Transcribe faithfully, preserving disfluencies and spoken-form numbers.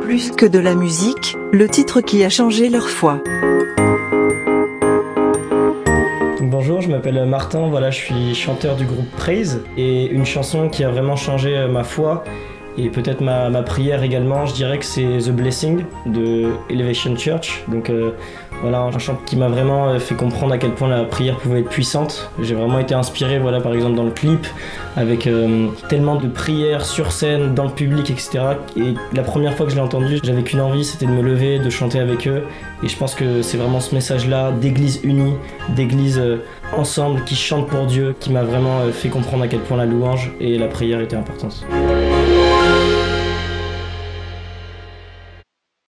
Plus que de la musique, le titre qui a changé leur foi. Bonjour, je m'appelle Martin, voilà, je suis chanteur du groupe Praise et une chanson qui a vraiment changé ma foi et peut-être ma, ma prière également, je dirais que c'est The Blessing de Elevation Church. Donc euh, voilà, un chant qui m'a vraiment fait comprendre à quel point la prière pouvait être puissante. J'ai vraiment été inspiré, voilà, par exemple dans le clip, avec euh, tellement de prières sur scène, dans le public, et cetera. Et la première fois que je l'ai entendu, j'avais qu'une envie, c'était de me lever, de chanter avec eux. Et je pense que c'est vraiment ce message-là d'église unie, d'église euh, ensemble, qui chante pour Dieu, qui m'a vraiment euh, fait comprendre à quel point la louange et la prière étaient importantes.